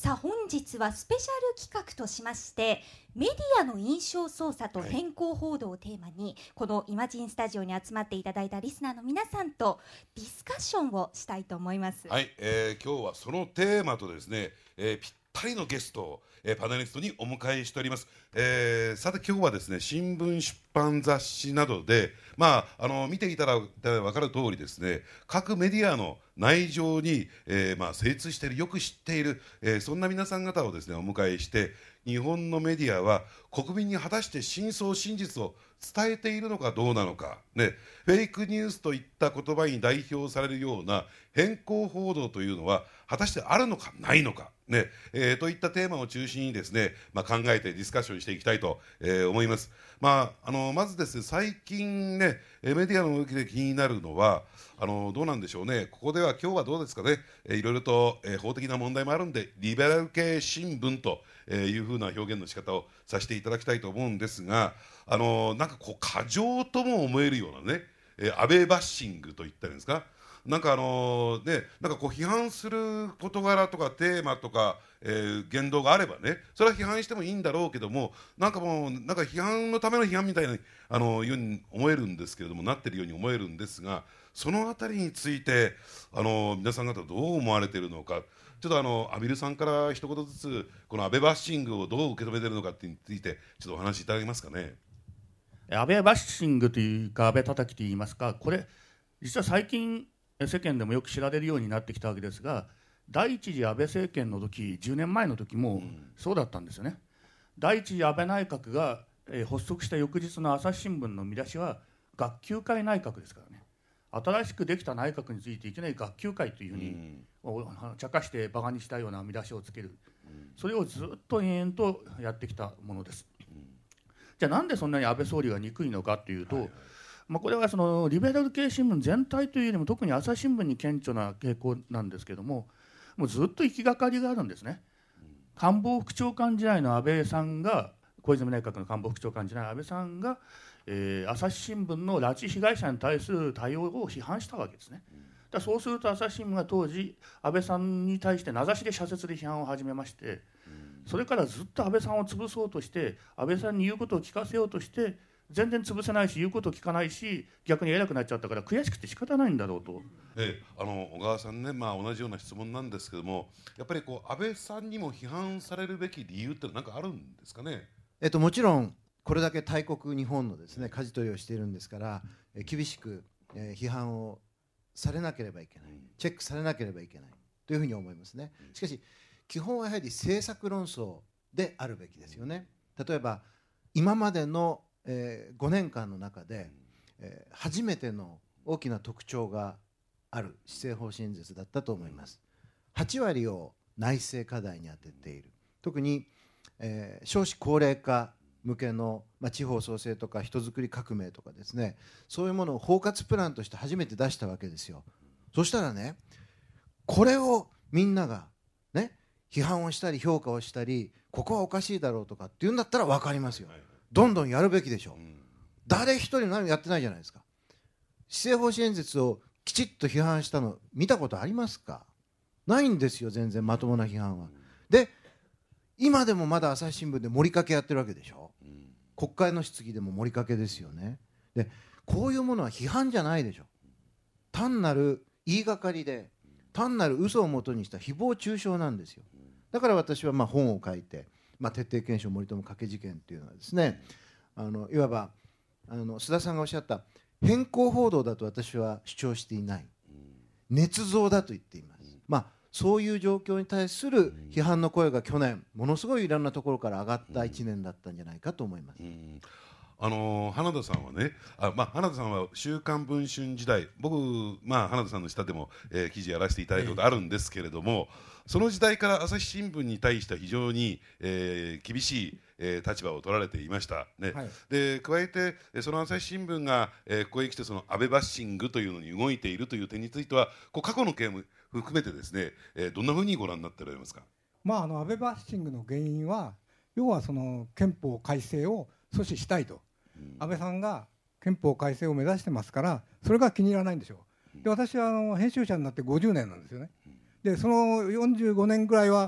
さあ本日はスペシャル企画としましてメディアの印象操作と偏向報道をテーマに、このイマジンスタジオに集まっていただいたリスナーの皆さんとディスカッションをしたいと思います。 はい、今日はそのテーマとですね、ぴったりのゲストを、パネリストにお迎えしております。さて今日はですね、新聞出版雑誌などで、見ていただいたら分かる通りですね、各メディアの内情に、精通している、よく知っている、そんな皆さん方をですねお迎えして、日本のメディアは国民に果たして真相真実を伝えているのかどうなのか、ね、フェイクニュースといった言葉に代表されるような偏向報道というのは果たしてあるのかないのか、ねといったテーマを中心にですね、考えてディスカッションしていきたいと、思います。まずですね、最近ねメディアの動きで気になるのはどうなんでしょうね。ここでは今日はどうですかね、いろいろと、法的な問題もあるんでリベラル系新聞というふうな表現の仕方をさせていただきたいと思うんですが、なんかこう過剰とも思えるようなね、安倍バッシングといったらいいんですか、なんかなんかこう批判する事柄とかテーマとか、言動があればね、それは批判してもいいんだろうけども、なんかもうなんか批判のための批判みたいなように思えるんですけれども、なってるように思えるんですが、そのあたりについて皆さん方どう思われているのか、ちょっとアビルさんから一言ずつこの安倍バッシングをどう受け止めているのかについてちょっとお話しいただけますかね。 安倍バッシングというか安倍叩きといいますか、これ実は最近世間でもよく知られるようになってきたわけですが、第一次安倍政権の時、10年前の時もそうだったんですよね。第一次安倍内閣が発足した翌日の朝日新聞の見出しは学級会内閣ですからね。新しくできた内閣についていきなり学級会というふうに茶化してバカにしたような見出しをつける、それをずっと延々とやってきたものです。じゃあなんでそんなに安倍総理が憎いのかというと、これはそのリベラル系新聞全体というよりも特に朝日新聞に顕著な傾向なんですけども、もうずっと行きがかりがあるんですね。官房副長官時代の安倍さんが、小泉内閣の官房副長官時代の安倍さんが、朝日新聞の拉致被害者に対する対応を批判したわけですね。だそうすると朝日新聞が当時安倍さんに対して名指しで社説で批判を始めまして、それからずっと安倍さんを潰そうとして、安倍さんに言うことを聞かせようとして全然潰せないし、言うことを聞かないし、逆に偉くなっちゃったから悔しくて仕方ないんだろうと。 小川さんね、同じような質問なんですけども、やっぱりこう安倍さんにも批判されるべき理由って何かあるんですかね。 もちろんこれだけ大国日本のですね舵取りをしているんですから、厳しく、批判をされなければいけない、チェックされなければいけないというふうに思いますね。しかし基本はやはり政策論争であるべきですよね。例えば今までの、5年間の中で、初めての大きな特徴がある施政方針演説だったと思います。8割を内政課題に当てている。特に、少子高齢化向けの、地方創生とか人づくり革命とかですね、そういうものを包括プランとして初めて出したわけですよ。そしたらね、これをみんながね批判をしたり評価をしたり、ここはおかしいだろうとかっていうんだったら分かりますよ。どんどんやるべきでしょう。誰一人何もやってないじゃないですか。施政方針演説をきちっと批判したの見たことありますか？ないんですよ、全然まともな批判は。で今でもまだ朝日新聞で盛りかけやってるわけでしょ。国会の質疑でも盛りかけですよね。でこういうものは批判じゃないでしょ。単なる言いがかりで、単なる嘘をもとにした誹謗中傷なんですよ。だから私は本を書いて、徹底検証森友賭け事件というのはですね、いわば須田さんがおっしゃった偏向報道だと私は主張していない、捏造だと言っています。そういう状況に対する批判の声が去年ものすごいいろんなところから上がった1年だったんじゃないかと思います。 花田さんはね、花田さんは週刊文春時代、僕、花田さんの下でも、記事やらせていただいたことあるんですけれども、その時代から朝日新聞に対しては非常に、厳しい、立場を取られていましたね。で加えてその朝日新聞が、ここへ来てその安倍バッシングというのに動いているという点については、過去の件も含めてですね、どんなふうにご覧になっておられますか？ 安倍バッシングの原因は、要はその憲法改正を阻止したいと、安倍さんが憲法改正を目指してますから、それが気に入らないんでしょう。で私は編集者になって50年なんですよね。でその45年ぐらいは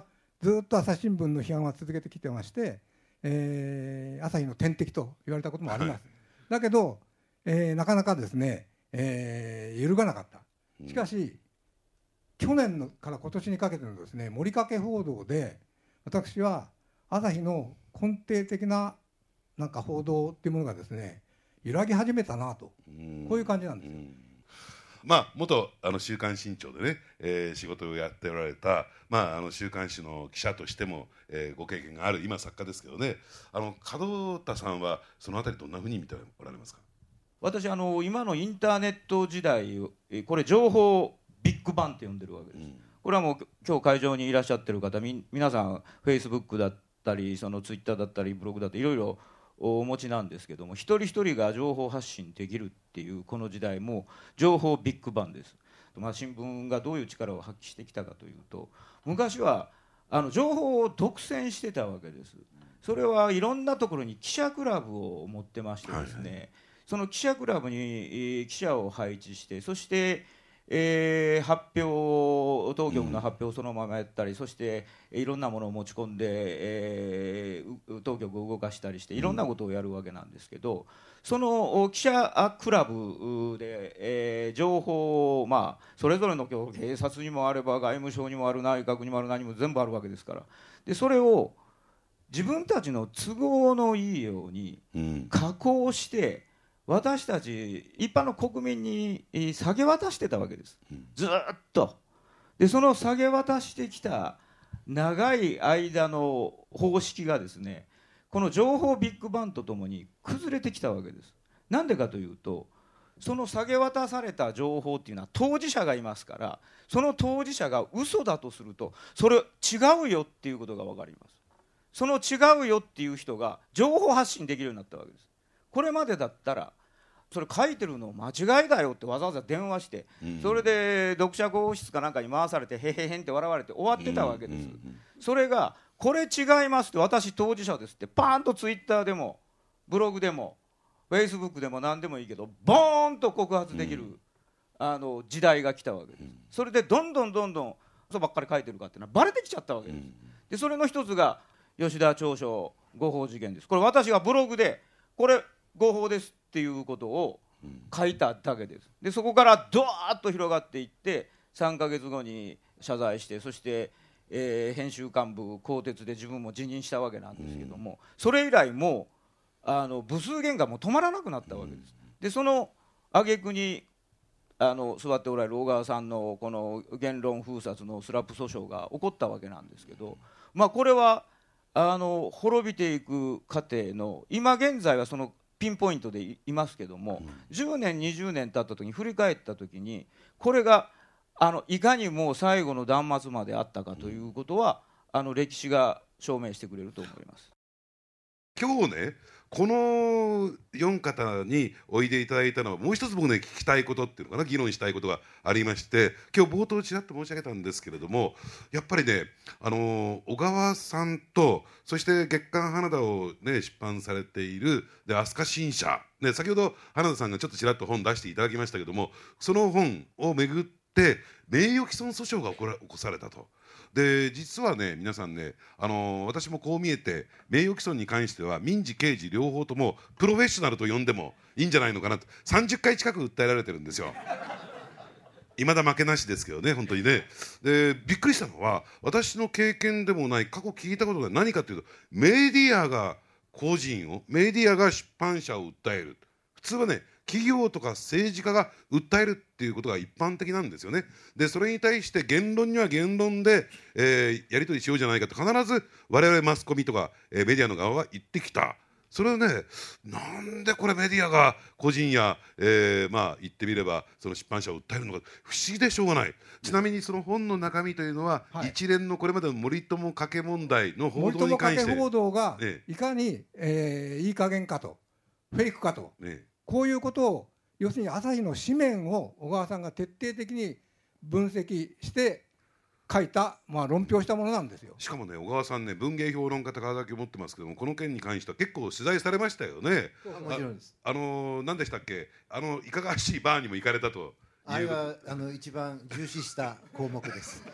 ずっと朝日新聞の批判は続けてきてまして、朝日の天敵と言われたこともあります、だけど、なかなかですね、揺るがなかった。しかし去年から今年にかけてのですね、盛りかけ報道で私は朝日の根底的ななんか報道っていうものがですね、揺らぎ始めたなと、こういう感じなんですよ。 まあ、元週刊新潮でね、仕事をやっておられた、まあ、週刊誌の記者としても、ご経験がある今作家ですけどね、門田さんはそのあたりどんなふうに見ておられますか？ 私今のインターネット時代、これ情報ビッグバンって呼んでるわけです、これはもう今日会場にいらっしゃってる方皆さんフェイスブックだったりツイッターだったりブログだったりいろいろお持ちなんですけども、一人一人が情報発信できるっていうこの時代も情報ビッグバンです。新聞がどういう力を発揮してきたかというと、昔は情報を独占してたわけです。それはいろんなところに記者クラブを持ってましてですね、その記者クラブに記者を配置して、そして発表、当局の発表をそのままやったり、そしていろんなものを持ち込んで、当局を動かしたりしていろんなことをやるわけなんですけど、その記者クラブで、情報を、それぞれの警察にもあれば外務省にもある、内閣にもある、何も全部あるわけですから、でそれを自分たちの都合のいいように加工して、私たち一般の国民に下げ渡してたわけです、ずっと。でその下げ渡してきた長い間の方式がですね、この情報ビッグバンとともに崩れてきたわけです。なんでかというと、その下げ渡された情報っていうのは当事者がいますから、その当事者が嘘だとするとそれ違うよっていうことが分かります。その違うよっていう人が情報発信できるようになったわけです。これまでだったらそれ書いてるの間違いだよってわざわざ電話して、それで読者号室かなんかに回されてへへへんって笑われて終わってたわけです。それがこれ違いますって、私当事者ですってパーンとツイッターでもブログでもフェイスブックでも何でもいいけどボーンと告発できる、時代が来たわけです。それでどんどん嘘ばっかり書いてるかっていうのはバレてきちゃったわけです。でそれの一つが吉田町長誤報事件です。これ私がブログでこれ誤報ですっていうことを書いただけです。でそこからドワーッと広がっていって3ヶ月後に謝罪して、そして、編集幹部更迭で自分も辞任したわけなんですけども、それ以来もう部数減がもう止まらなくなったわけです。でその挙句に座っておられる小川さんのこの言論封殺のスラップ訴訟が起こったわけなんですけど、これは滅びていく過程の今現在はそのピンポイントでいますけども、10年20年経った時に振り返った時にこれがいかにも最後の断末まであったかということは歴史が証明してくれると思います。 今日ねこの4方においでいただいたのはもう一つ僕ね聞きたいことっていうのかな、議論したいことがありまして、今日冒頭ちらっと申し上げたんですけれども、やっぱりね小川さんとそして月刊花田を、ね、出版されているで飛鳥新社、ね、先ほど花田さんがちょっとちらっと本出していただきましたけども、その本をめぐって名誉毀損訴訟が起こされたと。で実はね皆さんね私もこう見えて名誉毀損に関しては民事刑事両方ともプロフェッショナルと呼んでもいいんじゃないのかなと30回近く訴えられてるんですよ。未だ負けなしですけどね本当にね。でびっくりしたのは私の経験でもない過去聞いたことが何かというと、メディアが個人をメディアが出版社を訴える。普通はね企業とか政治家が訴えるっていうことが一般的なんですよね。でそれに対して言論には言論で、やり取りしようじゃないかと必ず我々マスコミとか、メディアの側は言ってきた。それをねなんでこれメディアが個人や、言ってみればその出版社を訴えるのか不思議でしょうがない。ちなみにその本の中身というのは、一連のこれまでの森友賭け問題の報道に関して森友賭け報道がいかに、いい加減かとフェイクかと、こういうことを要するに朝日の紙面を小川さんが徹底的に分析して書いた、論評したものなんですよ。 しかもね小川さんね文芸評論家高崎を持ってますけども、この件に関しては結構取材されましたよね。 もちろんです。 何でしたっけいかがわしいバーにも行かれたと。 あれは一番重視した項目です。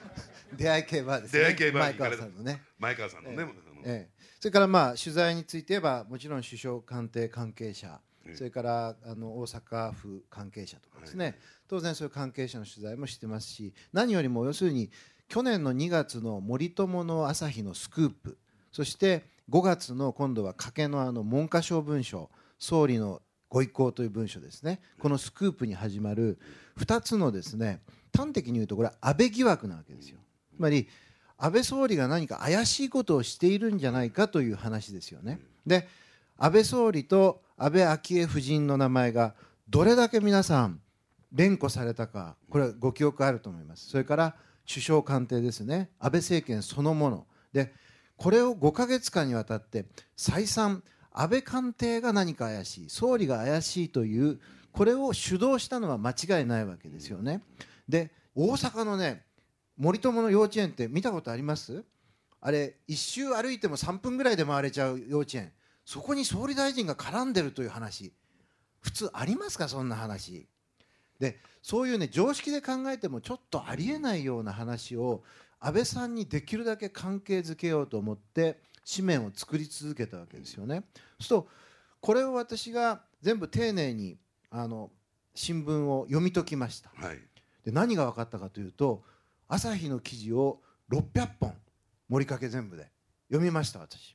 出会い系バーですね。 出会い系バー前に行かれた川さんのね。 前川さんのね、 それからまあ取材について言えばもちろん首相官邸関係者、それから大阪府関係者とかですね、当然そういう関係者の取材もしてますし、何よりも要するに去年の2月の森友の朝日のスクープ、そして5月の今度は加計の文科省文書、総理のご意向という文書ですね、このスクープに始まる2つのですね、端的に言うとこれは安倍疑惑なわけですよ。つまり安倍総理が何か怪しいことをしているんじゃないかという話ですよね。で、安倍総理と安倍昭恵夫人の名前がどれだけ皆さん連呼されたか、これはご記憶あると思います。それから首相官邸ですね、安倍政権そのもので、これを5ヶ月間にわたって再三安倍官邸が何か怪しい、総理が怪しいという、これを主導したのは間違いないわけですよね。で、大阪のね、森友の幼稚園って見たことあります？あれ一周歩いても3分ぐらいで回れちゃう幼稚園、そこに総理大臣が絡んでるという話、普通ありますか、そんな話。で、そういうね、常識で考えてもちょっとありえないような話を安倍さんにできるだけ関係づけようと思って紙面を作り続けたわけですよね。そうするとこれを私が全部丁寧に新聞を読み解きました、はい、で何が分かったかというと、朝日の記事を600本盛りかけ全部で読みました私、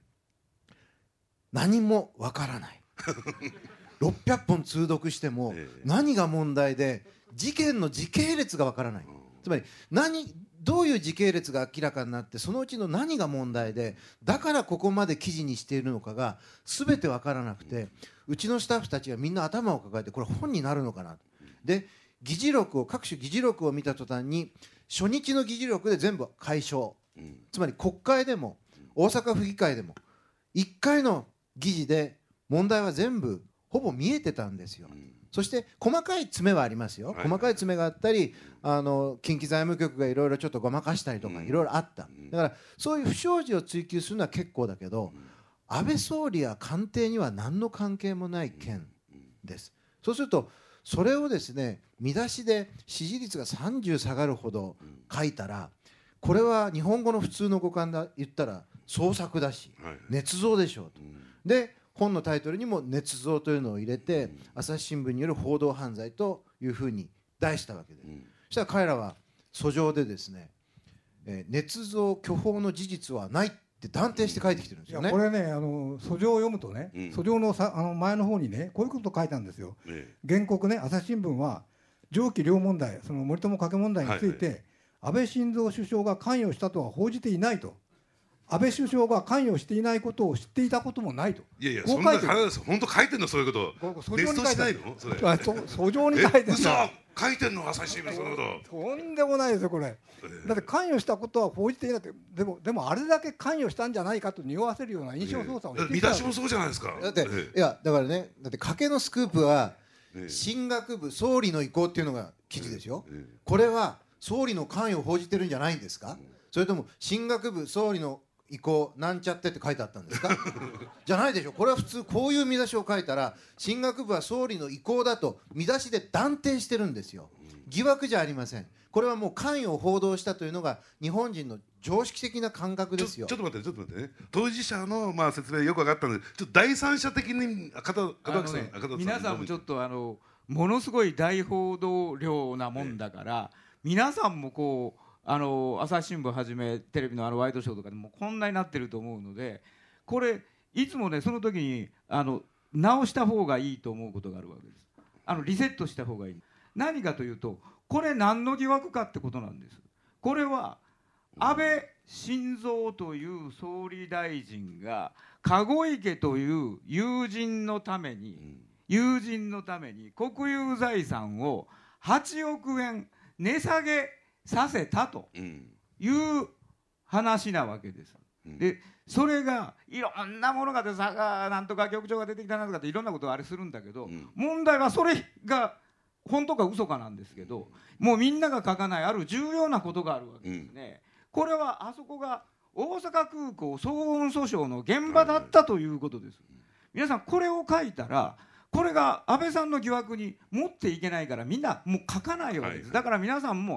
何も分からない600本通読しても何が問題で事件の時系列が分からない。つまりどういう時系列が明らかになって、そのうちの何が問題で、だからここまで記事にしているのかが全て分からなくて、うちのスタッフたちがみんな頭を抱えて、これ本になるのかな。で、議事録を、各種議事録を見た途端に初日の議事録で全部解消、つまり国会でも大阪府議会でも1回の議事で問題は全部ほぼ見えてたんですよ。そして細かい詰めはありますよ、細かい詰めがあったり、近畿財務局がいろいろちょっとごまかしたりとかいろいろあった。だからそういう不祥事を追及するのは結構だけど、安倍総理や官邸には何の関係もない件です。そうするとそれをですね、見出しで支持率が30下がるほど書いたら、これは日本語の普通の語感で言ったら創作だし捏造でしょうと。で、本のタイトルにも捏造というのを入れて、朝日新聞による報道犯罪というふうに題したわけです。そしたら彼らは訴状でですね、捏造巨峰の事実はないって断定して書いてきてるんですよね。 これね、訴状を読むとね、訴状の前の方にね、こういうこと書いたんですよ。原告ね、朝日新聞は上記両問題、その森友加計問題について、安倍晋三首相が関与したとは報じていないと。安倍首相が関与していないことを知っていたこともないと。 いやいや、そんな本当書いてんの、そういうこと。 訴状に書いてないの？訴状に書いてんの。 嘘書いてんの、朝日新聞そのこと。とんでもないですよこれ。だって関与したことは報じていないって、でもあれだけ関与したんじゃないかと匂わせるような印象操作をしていた。 見出しもそうじゃないですか。 だっていやだからね、だって加計のスクープは進学部総理の意向っていうのが記事ですよ。これは総理の関与を報じてるんじゃないんですか。それとも進学部総理の意向なんちゃってって書いてあったんですかじゃないでしょ。これは普通こういう見出しを書いたら、進学部は総理の意向だと見出しで断定してるんですよ。疑惑じゃありません。これはもう関与を報道したというのが日本人の常識的な感覚ですよ。 ちょっと待ってね、当事者の説明よく分かったので、ちょっと第三者的に門脇さん、 皆さんもちょっとものすごい大報道量なもんだから、皆さんもこう朝日新聞はじめテレビのワイドショーとかでもこんなになってると思うので、これいつもね、その時に直した方がいいと思うことがあるわけです。リセットした方がいい。何かというと、これ何の疑惑かってことなんです。これは安倍晋三という総理大臣が籠池という友人のために国有財産を8億円値下げさせたという話なわけです。でそれがいろんなものがでなんとか局長が出てきたなとかっていろんなことをあれするんだけど、問題はそれが本当か嘘かなんですけど、もうみんなが書かないある重要なことがあるわけですね。これはあそこが大阪空港騒音訴訟の現場だったということです。皆さんこれを書いたら、これが安倍さんの疑惑に持っていけないから、みんなもう書かないわけです。だから皆さんも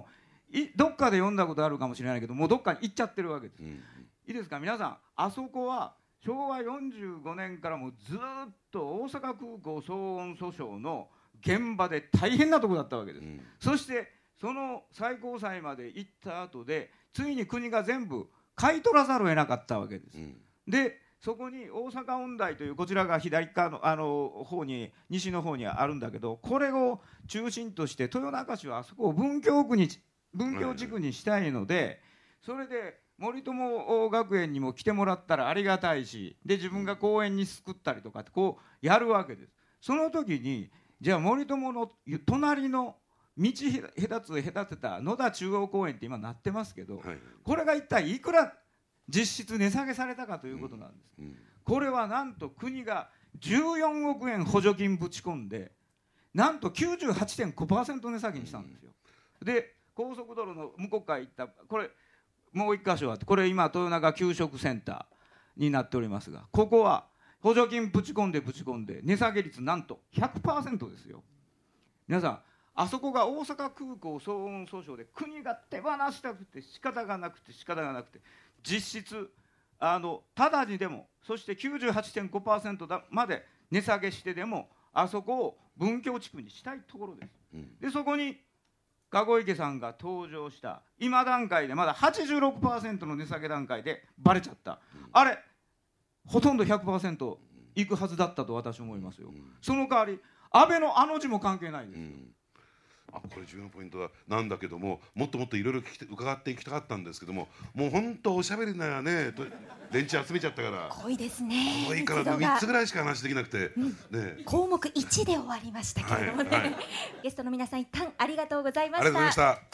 どっかで読んだことあるかもしれないけどもうどっかに行っちゃってるわけです、 うん、 いいですか皆さん、あそこは昭和45年からもずっと大阪空港騒音訴訟の現場で大変なとこだったわけです、そしてその最高裁まで行った後でついに国が全部買い取らざるを得なかったわけです、でそこに大阪音大というこちらが左側の方に西の方にあるんだけど、これを中心として豊中市はあそこを文京地区にしたいので、それで森友学園にも来てもらったらありがたいし、で自分が公園に作ったりとかってこうやるわけです。その時にじゃあ森友の隣の道隔てた野田中央公園って今なってますけど、これが一体いくら実質値下げされたかということなんです、これはなんと国が14億円補助金ぶち込んでなんと 98.5% 値下げにしたんですよ。で高速道路の向こうから行ったこれもう一箇所あって、これ今豊中給食センターになっておりますが、ここは補助金ぶち込んで値下げ率なんと 100% ですよ。皆さんあそこが大阪空港騒音訴訟で国が手放したくて仕方がなくて実質ただにでもそして 98.5% まで値下げしてでもあそこを文京地区にしたいところです、でそこに籠池さんが登場した今段階でまだ 86% の値下げ段階でバレちゃった、あれほとんど 100% いくはずだったと私は思いますよ、その代わり安倍の字も関係ないですよ、 これ重要なポイントなんだけども、もっともっといろいろ伺っていきたかったんですけども、もう本当おしゃべりなね連中集めちゃったから濃いですね。 濃いから3つぐらいしか話できなくて、 項目1で終わりましたけれどもね、ゲストの皆さん一旦ありがとうございました。 ありがとうございました。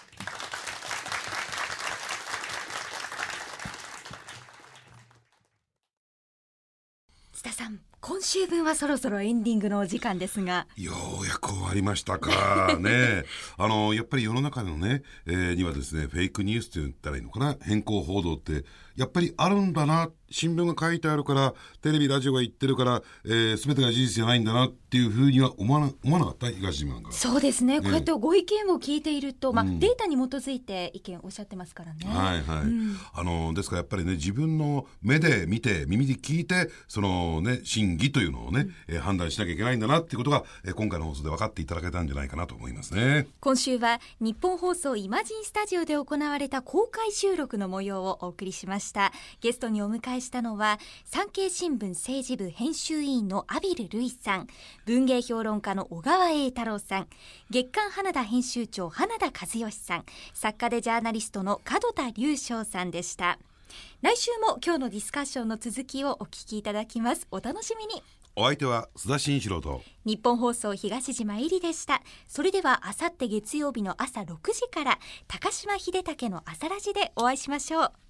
須田さん、今週分はそろそろエンディングのお時間ですが、 ようやく終わりましたかねやっぱり世の中のね、にはですねフェイクニュースって言ったらいいのかな、変更報道ってやっぱりあるんだな、新聞が書いてあるからテレビラジオが言ってるから全てが事実じゃないんだなっていうふうには思わなかった東島が。 そうですね、こうやってご意見を聞いていると、データに基づいて意見をおっしゃってますからね。 ですからやっぱりね自分の目で見て耳で聞いてそのね真偽というのをね、判断しなきゃいけないんだなっていうことが、今回の放送で分かっていただけたんじゃないかなと思いますね。 今週は日本放送イマジンスタジオで行われた公開収録の模様をお送りしました。ゲストにお迎えしたのは産経新聞政治部編集委員の畔蒜瑠衣さん、文芸評論家の小川栄太郎さん、月刊花田編集長花田和義さん、作家でジャーナリストの門田隆翔さんでした。来週も今日のディスカッションの続きをお聞きいただきます。お楽しみに。 お相手は須田慎一郎と日本放送東島えりでした。それではあさって月曜日の朝6時から高島秀武の朝ラジでお会いしましょう。